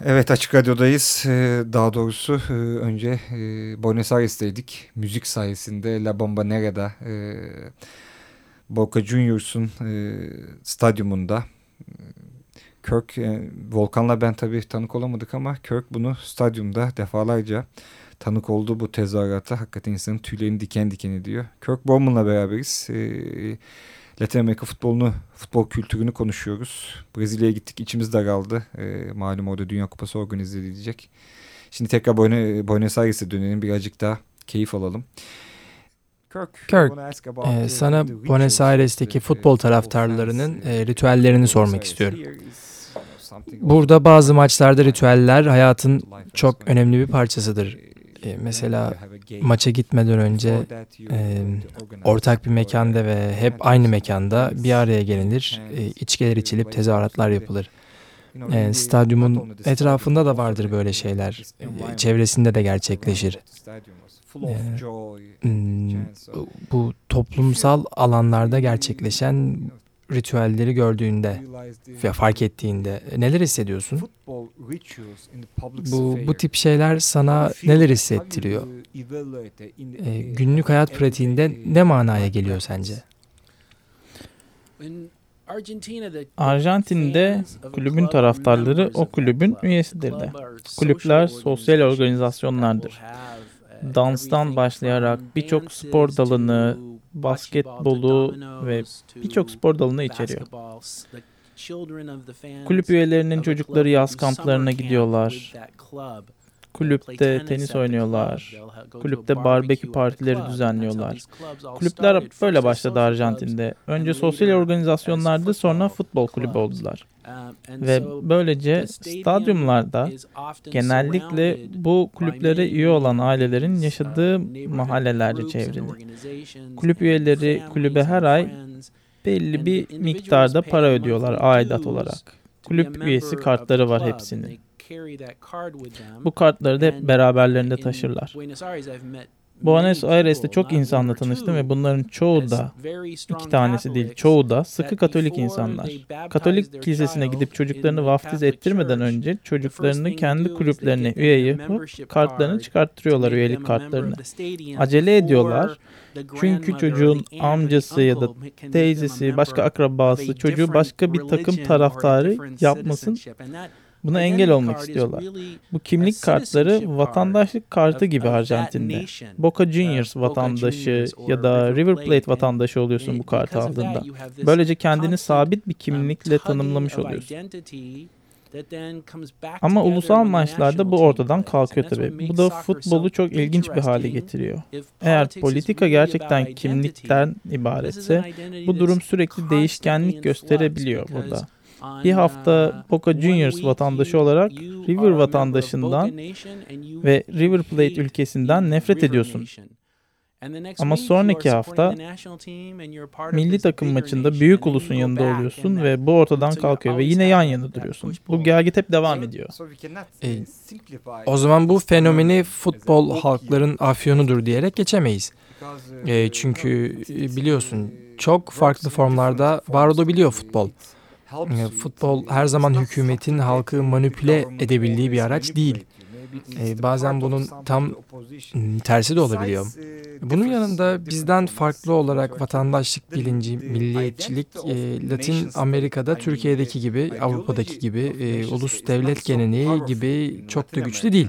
Evet, Açık Radyo'dayız. Daha doğrusu önce Buenos Aires'teydik. Müzik sayesinde La Bomboniera'da, Boca Juniors'un stadyumunda. Kirk, Volkan'la ben tabii tanık olamadık ama Kirk bunu stadyumda defalarca tanık oldu bu tezahürata. Hakikaten insanın tüylerini diken diken ediyor. Kirk Bowman'la beraberiz. Latin Amerika futbol kültürünü konuşuyoruz. Brezilya'ya gittik, içimiz daraldı. Malum orada Dünya Kupası organize edilecek. Şimdi tekrar Buenos Aires'e dönelim, birazcık daha keyif alalım. Kirk, sana Buenos Aires'teki futbol taraftarlarının ritüellerini sormak istiyorum. Burada bazı maçlarda ritüeller hayatın çok önemli bir parçasıdır. Mesela maça gitmeden önce ortak bir mekanda ve hep aynı mekanda bir araya gelinir, içkiler içilip tezahüratlar yapılır. Stadyumun etrafında da vardır böyle şeyler, çevresinde de gerçekleşir. Bu toplumsal alanlarda gerçekleşen ritüelleri gördüğünde ve fark ettiğinde neler hissediyorsun? Bu tip şeyler sana neler hissettiriyor? Günlük hayat pratiğinde ne manaya geliyor sence? Arjantin'de kulübün taraftarları o kulübün üyesidir de. Kulüpler sosyal organizasyonlardır. Danstan başlayarak birçok spor dalını, basketbolu ve birçok spor dalını içeriyor. Kulüp üyelerinin çocukları yaz kamplarına gidiyorlar. Kulüpte tenis oynuyorlar. Kulüpte barbekü partileri düzenliyorlar. Kulüpler böyle başladı Arjantin'de. Önce sosyal organizasyonlardı, sonra futbol kulübü oldular. Ve böylece stadyumlarda genellikle bu kulüplere üye olan ailelerin yaşadığı mahallelerce çevrili. Kulüp üyeleri kulübe her ay belli bir miktarda para ödüyorlar aidat olarak. Kulüp üyesi kartları var hepsinin. Bu kartları da hep beraberlerinde taşırlar. Buenos Aires'te çok insanla tanıştım ve bunların çoğu da, 2 tanesi değil, çoğu da sıkı Katolik insanlar. Katolik kilisesine gidip çocuklarını vaftiz ettirmeden önce çocuklarını kendi kulüplerine üye yapıp kartlarını çıkarttırıyorlar, üyelik kartlarını. Acele ediyorlar. Çünkü çocuğun amcası ya da teyzesi, başka akrabası çocuğu başka bir takım taraftarı yapmasın. Buna engel olmak istiyorlar. Bu kimlik kartları vatandaşlık kartı gibi Arjantin'de. Boca Juniors vatandaşı ya da River Plate vatandaşı oluyorsun bu kartı aldığında. Böylece kendini sabit bir kimlikle tanımlamış oluyorsun. Ama ulusal maçlarda bu ortadan kalkıyor tabii. Bu da futbolu çok ilginç bir hale getiriyor. Eğer politika gerçekten kimlikten ibaretse bu durum sürekli değişkenlik gösterebiliyor burada. Bir hafta Boca Juniors vatandaşı olarak River vatandaşından ve River Plate ülkesinden nefret ediyorsun. Ama sonraki hafta milli takım maçında büyük ulusun yanında oluyorsun ve bu ortadan kalkıyor ve yine yan yana duruyorsun. Bu gelgit hep devam ediyor. O zaman bu fenomeni futbol halkların afyonudur diyerek geçemeyiz. Çünkü biliyorsun çok farklı formlarda var olabiliyor futbol. Futbol her zaman hükümetin halkı manipüle edebildiği bir araç değil. Bazen bunun tam tersi de olabiliyor. Bunun yanında bizden farklı olarak vatandaşlık bilinci, milliyetçilik Latin Amerika'da Türkiye'deki gibi, Avrupa'daki gibi, ulus devlet geleneği gibi çok da güçlü değil.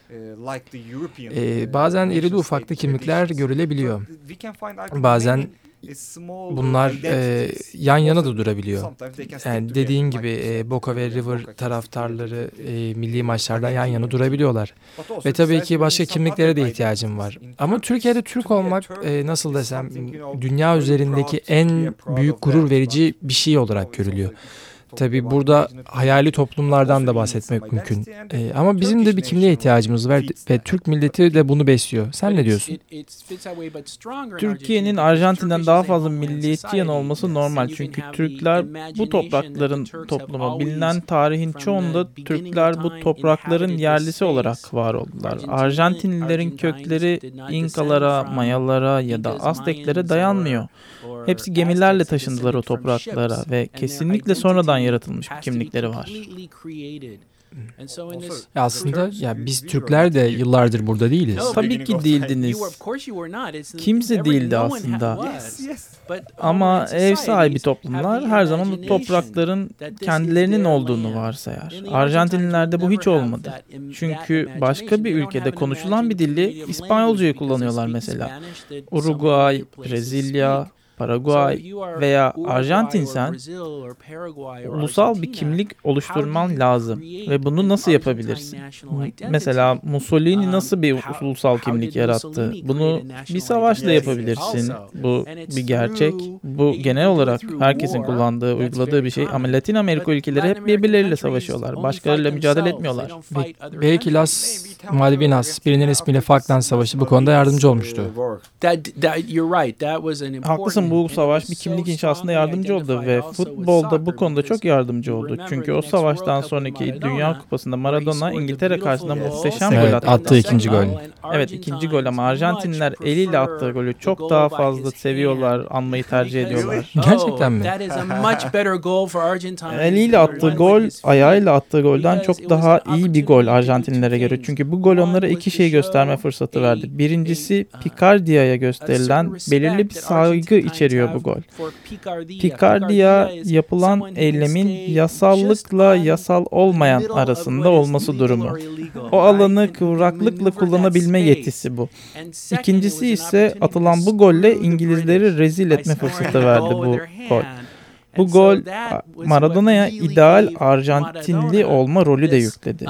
Bazen irili ufaklı kimlikler görülebiliyor. Bazen bunlar yan yana da durabiliyor. Yani dediğin gibi Boca ve River taraftarları milli maçlarda yan yana durabiliyorlar. Ve tabii ki başka kimliklere de ihtiyacım var. Ama Türkiye'de Türk olmak nasıl desem dünya üzerindeki en büyük gurur verici bir şey olarak görülüyor. Tabii burada hayali toplumlardan da bahsetmek mümkün. Ama bizim de bir kimliğe ihtiyacımız var ve Türk milleti de bunu besliyor. Sen ne diyorsun? Türkiye'nin Arjantin'den daha fazla milliyetçi yanı olması normal. Çünkü Türkler bu toprakların toplumu. Bilinen tarihin çoğunda Türkler bu toprakların yerlisi olarak var oldular. Arjantinlilerin kökleri İnkalara, Mayalara ya da Azteklere dayanmıyor. Hepsi gemilerle taşındılar o topraklara ve kesinlikle sonradan yaratılmış bir kimlikleri var. Aslında ya biz Türkler de yıllardır burada değiliz. Tabii ki değildiniz. Kimse değildi aslında. Ama ev sahibi toplumlar her zaman bu toprakların kendilerinin olduğunu varsayar. Arjantinlilerde bu hiç olmadı. Çünkü başka bir ülkede konuşulan bir dili İspanyolcayı kullanıyorlar mesela. Uruguay, Brezilya, Paraguay veya Arjantinsen ulusal bir kimlik oluşturman lazım ve bunu nasıl yapabilirsin? Mesela Mussolini nasıl bir ulusal kimlik yarattı? Bunu bir savaşla yapabilirsin. Bu bir gerçek. Bu genel olarak herkesin kullandığı, uyguladığı bir şey. Ama Latin Amerika ülkeleri hep birbirleriyle savaşıyorlar. Başkalarıyla mücadele etmiyorlar. Belki Las Malvinas birinin ismiyle Falkland Savaşı bu konuda yardımcı olmuştu. Haklısın, bu savaş bir kimlik inşasında yardımcı oldu ve futbolda bu konuda çok yardımcı oldu. Çünkü o savaştan sonraki Dünya Kupası'nda Maradona İngiltere karşısında muhteşem gol attı. Attığı ikinci gol. Evet, ikinci gol, ama Arjantinliler eliyle attığı golü çok daha fazla seviyorlar, anmayı tercih ediyorlar. Gerçekten mi? Eliyle attığı gol, ayağıyla attığı golden çok daha iyi bir gol Arjantinlilere göre. Çünkü bu gol onlara iki şey gösterme fırsatı verdi. Birincisi, Picardia'ya gösterilen belirli bir saygı içeriyor bu gol. Picardia, yapılan eylemin yasallıkla yasal olmayan arasında olması durumu. O alanı kıvraklıkla kullanabilme yetisi bu. İkincisi ise atılan bu golle İngilizleri rezil etme fırsatı verdi bu gol. Bu gol Maradona'ya ideal Arjantinli olma rolü de yükledi.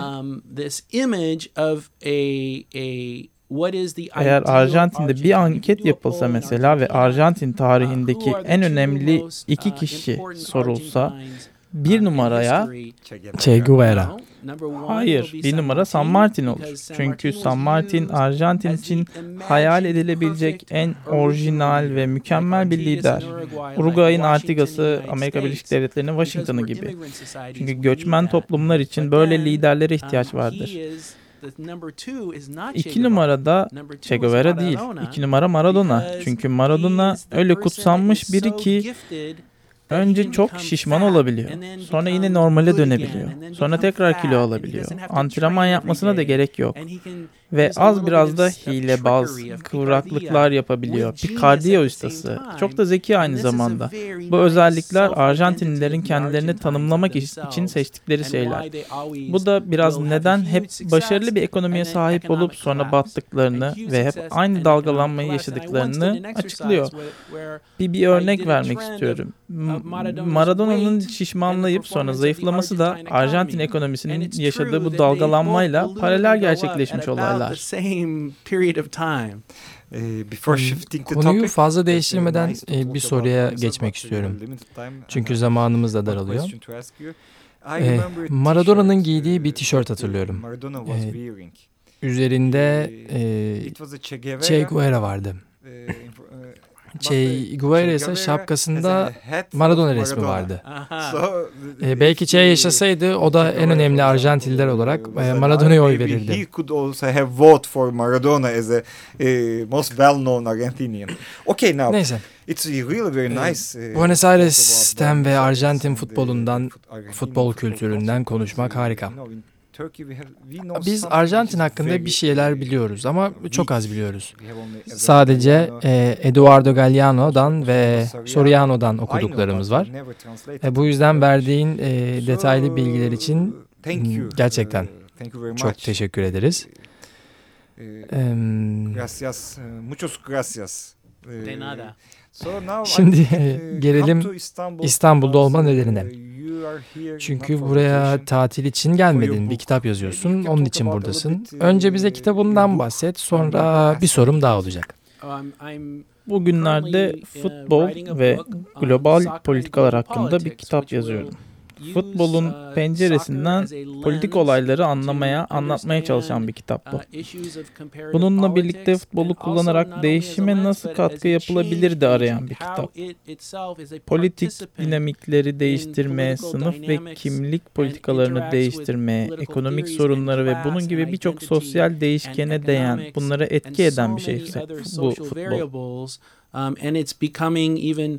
Eğer Arjantin'de bir anket yapılsa mesela ve Arjantin tarihindeki en önemli iki kişi sorulsa, bir numaraya Che Guevara. Hayır, bir numara San Martin olur. Çünkü San Martin Arjantin için hayal edilebilecek en orijinal ve mükemmel bir lider. Uruguay'ın Artigas'ı, Amerika Birleşik Devletleri'nin Washington'ı gibi. Çünkü göçmen toplumlar için böyle liderlere ihtiyaç vardır. İki numarada Che Guevara değil, iki numara Maradona. Çünkü Maradona öyle kutsanmış biri ki önce çok şişman olabiliyor. Sonra yine normale dönebiliyor. Sonra tekrar kilo alabiliyor. Antrenman yapmasına da gerek yok. Ve az biraz da hilebaz, kıvraklıklar yapabiliyor. Picardia ustası. Çok da zeki aynı zamanda. Bu özellikler Arjantinlilerin kendilerini tanımlamak için seçtikleri şeyler. Bu da biraz neden hep başarılı bir ekonomiye sahip olup sonra battıklarını ve hep aynı dalgalanmayı yaşadıklarını açıklıyor. Bir örnek vermek istiyorum. Maradona'nın şişmanlayıp sonra zayıflaması da Arjantin ekonomisinin yaşadığı bu dalgalanmayla paralel gerçekleşmiş olaylar. Konuyu fazla değiştirmeden bir soruya geçmek istiyorum. Çünkü zamanımız da daralıyor. Maradona'nın giydiği bir tişört hatırlıyorum. Üzerinde Che Guevara vardı. Che Guevara ise şapkasında Maradona resmi vardı. Belki Che yaşasaydı o da en önemli Arjantinliler olarak Maradona'ya oy verirdi. He could also have voted for Maradona as a most well-known Argentinian. Okay, now. Neyse. It's really very nice. Buenos Aires'ten ve Arjantin futbolundan, futbol kültüründen konuşmak harika. Biz Arjantin hakkında bir şeyler biliyoruz ama çok az biliyoruz. Sadece Eduardo Galeano'dan ve Soriano'dan okuduklarımız var. Bu yüzden verdiğin detaylı bilgiler için gerçekten çok teşekkür ederiz. Gracias, muchos gracias. De nada. Şimdi gelelim İstanbul'da olma nedenine. Çünkü buraya tatil için gelmedin. Bir kitap yazıyorsun. Onun için buradasın. Önce bize kitabından bahset. Sonra bir sorum daha olacak. Bugünlerde futbol ve global politikalar hakkında bir kitap yazıyorum. Futbolun penceresinden politik olayları anlatmaya çalışan bir kitap bu. Bununla birlikte futbolu kullanarak değişime nasıl katkı yapılabilir de arayan bir kitap. Politik dinamikleri değiştirme, sınıf ve kimlik politikalarını değiştirme, ekonomik sorunları ve bunun gibi birçok sosyal değişkene değen, bunlara etki eden bir şey bu futbol. And it's becoming even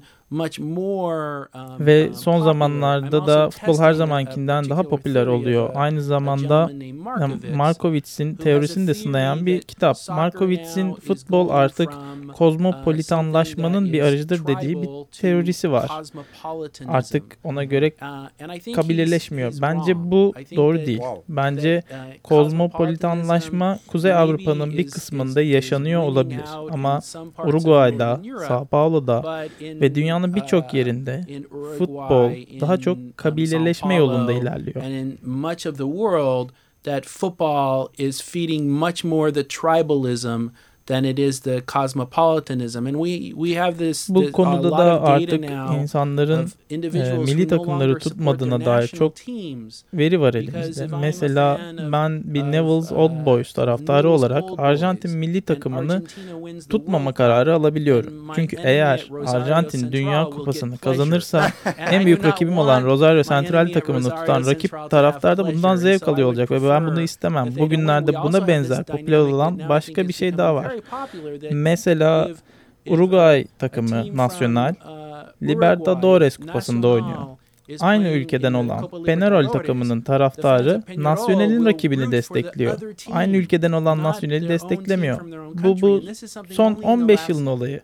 ve son zamanlarda da futbol her zamankinden daha popüler oluyor. Aynı zamanda Markowitz'in teorisini de sınayan bir kitap. Markowitz'in futbol artık kozmopolitanlaşmanın bir aracıdır dediği bir teorisi var. Artık ona göre kabileleşmiyor. Bence bu doğru değil. Bence kozmopolitanlaşma Kuzey Avrupa'nın bir kısmında yaşanıyor olabilir. Ama Uruguay'da, Sao Paulo'da ve dünyanın birçok yerinde futbol daha çok kabileleşme yolunda ilerliyor. And in much of the world, that football is feeding much more the tribalism than it is the cosmopolitanism. And we have this bu konuda da artık insanların milli takımları tutmadığına dair çok veri var elimizde. Mesela ben bir Newell's Old Boys taraftarı olarak Arjantin milli takımını tutmama kararı alabiliyorum. Çünkü eğer Arjantin Dünya Kupası'nı kazanırsa en büyük rakibim olan Rosario Central takımını tutan rakip taraftar da bundan zevk alıyor olacak ve ben bunu istemem. Bugünlerde buna benzer popüler olan başka bir şey daha var. Mesela Uruguay takımı Nacional Libertadores Kupası'nda oynuyor. Aynı ülkeden olan Peñarol takımının taraftarı Nacional'in rakibini destekliyor. Aynı ülkeden olan Nacional'i desteklemiyor. Bu son 15 yılın olayı.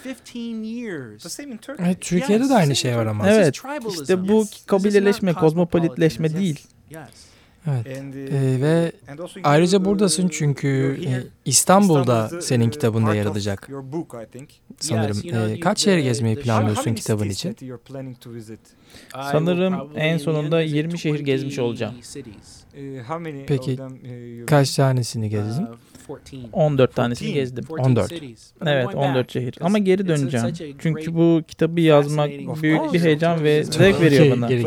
Evet, Türkiye'de de aynı şey var ama. Evet, işte bu kabileleşme, kozmopolitleşme değil. Evet. Ve ayrıca buradasın çünkü İstanbul'da senin kitabında yer alacak sanırım. Kaç şehir gezmeyi planlıyorsun kitabın için? Sanırım en sonunda 20 şehir gezmiş olacağım. Peki kaç tanesini gezdin? 14 tanesini gezdim. 14. Evet, 14 şehir. Ama geri döneceğim. Çünkü bu kitabı yazmak büyük bir heyecan ve zevk veriyor bana.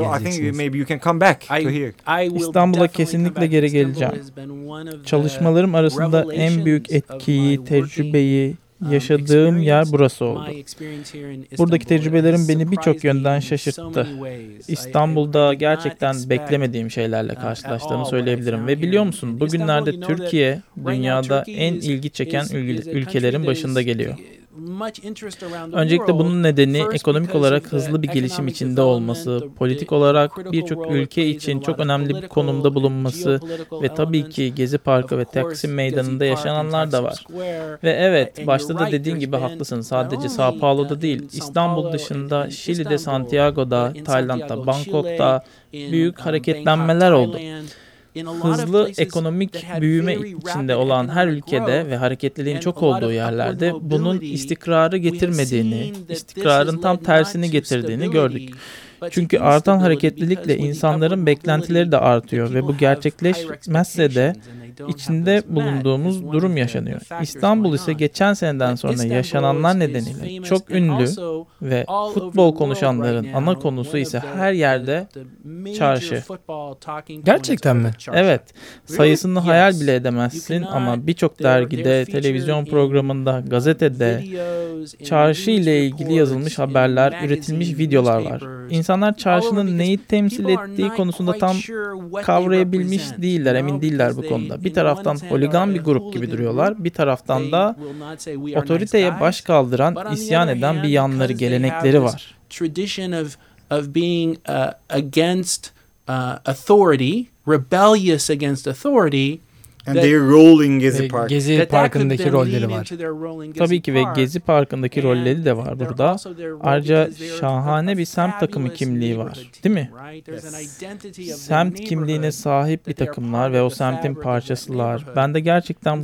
İstanbul'a kesinlikle geri geleceğim. Çalışmalarım arasında en büyük etkiyi, tecrübeyi yaşadığım yer burası oldu. Buradaki tecrübelerim beni birçok yönden şaşırttı. İstanbul'da gerçekten beklemediğim şeylerle karşılaştığımı söyleyebilirim. Ve biliyor musun, bugünlerde Türkiye dünyada en ilgi çeken ülkelerin başında geliyor. Öncelikle bunun nedeni ekonomik olarak hızlı bir gelişim içinde olması, politik olarak birçok ülke için çok önemli bir konumda bulunması ve tabii ki Gezi Parkı ve Taksim Meydanı'nda yaşananlar da var. Ve evet, başta da dediğin gibi haklısın. Sadece Sao Paulo'da değil, İstanbul dışında Şili'de, Santiago'da, Tayland'da, Bangkok'ta büyük hareketlenmeler oldu. Hızlı ekonomik büyüme içinde olan her ülkede ve hareketliliğin çok olduğu yerlerde bunun istikrarı getirmediğini, istikrarın tam tersini getirdiğini gördük. Çünkü artan hareketlilikle insanların beklentileri de artıyor ve bu gerçekleşmezse de içinde bulunduğumuz durum yaşanıyor. İstanbul ise geçen seneden sonra yaşananlar nedeniyle çok ünlü ve futbol konuşanların ana konusu ise her yerde çarşı. Gerçekten mi? Evet. Sayısını hayal bile edemezsin ama birçok dergide, televizyon programında, gazetede çarşı ile ilgili yazılmış haberler, üretilmiş videolar var. İnsanlar çarşının neyi temsil ettiği konusunda tam kavrayabilmiş değiller, emin değiller bu konuda. Bir taraftan holigan bir grup gibi duruyorlar, bir taraftan da otoriteye baş kaldıran, isyan eden bir yanları, gelenekleri var. Tradition of being against authority, rebellious against authority. And their role in Gezi Park. Gezi Parkı'ndaki rolleri var. Tabii ki ve Gezi Parkı'ndaki rolleri de var burada. Ayrıca şahane bir semt takımı kimliği var, değil mi? Semt kimliğine sahip bir takımlar ve o semtin parçasılar. Ben de gerçekten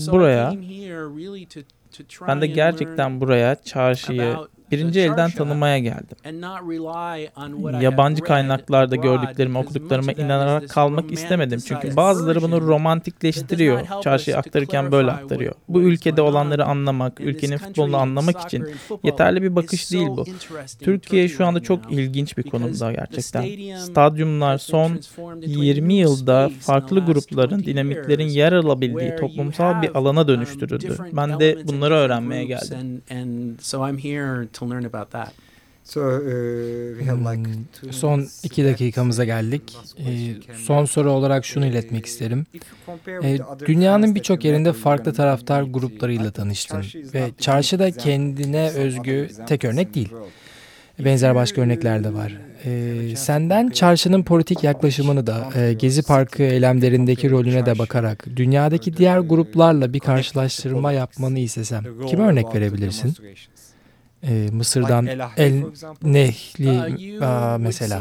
buraya çarşıyı birinci elden tanımaya geldim. Yabancı kaynaklarda gördüklerime, okuduklarıma inanarak kalmak istemedim. Çünkü bazıları bunu romantikleştiriyor. Çarşıyı aktarırken böyle aktarıyor. Bu ülkede olanları anlamak, ülkenin futbolunu anlamak için yeterli bir bakış değil bu. Türkiye şu anda çok ilginç bir konumda gerçekten. Stadyumlar son 20 yılda farklı grupların, dinamiklerin yer alabildiği toplumsal bir alana dönüştürüldü. Ben de bunları öğrenmeye geldim. To learn about that. Son 2 dakikamıza geldik. Son soru olarak şunu iletmek isterim. Dünyanın birçok yerinde farklı taraftar gruplarıyla tanıştın ve çarşıda kendine özgü tek örnek değil. Benzer başka örnekler de var. Senden çarşının politik yaklaşımını da Gezi Parkı eylemlerindeki rolüne de bakarak dünyadaki diğer gruplarla bir karşılaştırma yapmanı istesem kime örnek verebilirsin? Mısır'dan El Nehli mesela.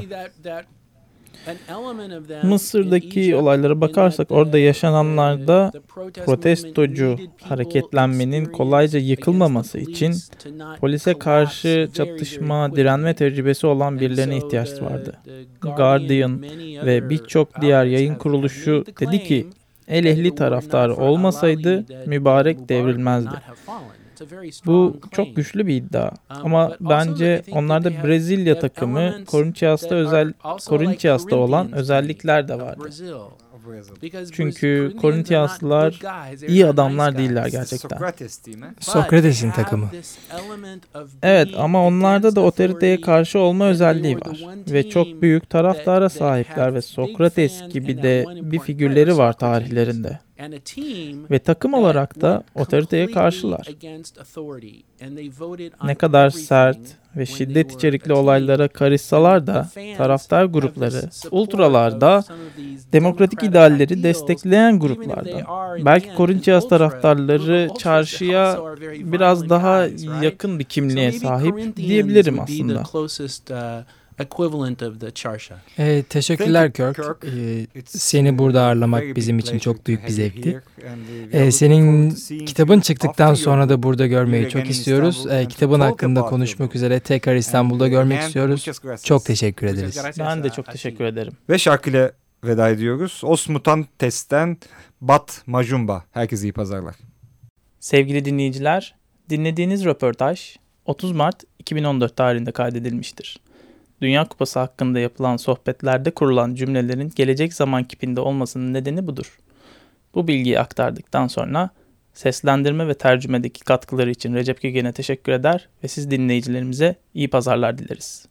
Mısır'daki olaylara bakarsak orada yaşananlarda protestocu hareketlenmenin kolayca yıkılmaması için polise karşı çatışma, direnme tecrübesi olan birilerine ihtiyaç vardı. Guardian ve birçok diğer yayın kuruluşu dedi ki El Ehli taraftarı olmasaydı mübarek devrilmezdi. Bu çok güçlü bir iddia ama bence onlarda Brezilya takımı Corinthians'ta olan özellikler de vardı. Çünkü Corinthianslılar iyi adamlar değiller gerçekten. Sokrates'in takımı. Evet ama onlarda da otoriteye karşı olma özelliği var. Ve çok büyük taraftara sahipler ve Sokrates gibi de bir figürleri var tarihlerinde. Ve takım olarak da otoriteye karşılar. Ne kadar sert ve şiddet içerikli olaylara karışsalar da taraftar grupları, ultralar da demokratik idealleri destekleyen gruplarda. Belki Corinthians taraftarları çarşıya biraz daha yakın bir kimliğe sahip diyebilirim aslında. Teşekkürler Kirk. Seni burada ağırlamak bizim için çok büyük bir zevkti. Senin kitabın çıktıktan sonra da burada görmeyi çok istiyoruz. Kitabın hakkında konuşmak üzere tekrar İstanbul'da görmek istiyoruz. Çok teşekkür ederiz. Ben de çok teşekkür ederim. Ve şarkıyla veda ediyoruz. Os Mutantes'ten Bat Majumba. Herkese iyi pazarlar. Sevgili dinleyiciler, dinlediğiniz röportaj 30 Mart 2014 tarihinde kaydedilmiştir. Dünya Kupası hakkında yapılan sohbetlerde kurulan cümlelerin gelecek zaman kipinde olmasının nedeni budur. Bu bilgiyi aktardıktan sonra seslendirme ve tercümedeki katkıları için Recep Gügen'e teşekkür eder ve siz dinleyicilerimize iyi pazarlar dileriz.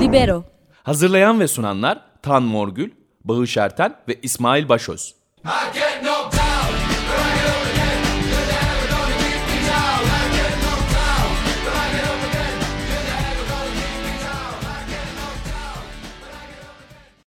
Libero. Hazırlayan ve sunanlar Tan Morgül, Bağış Erten ve İsmail Başöz.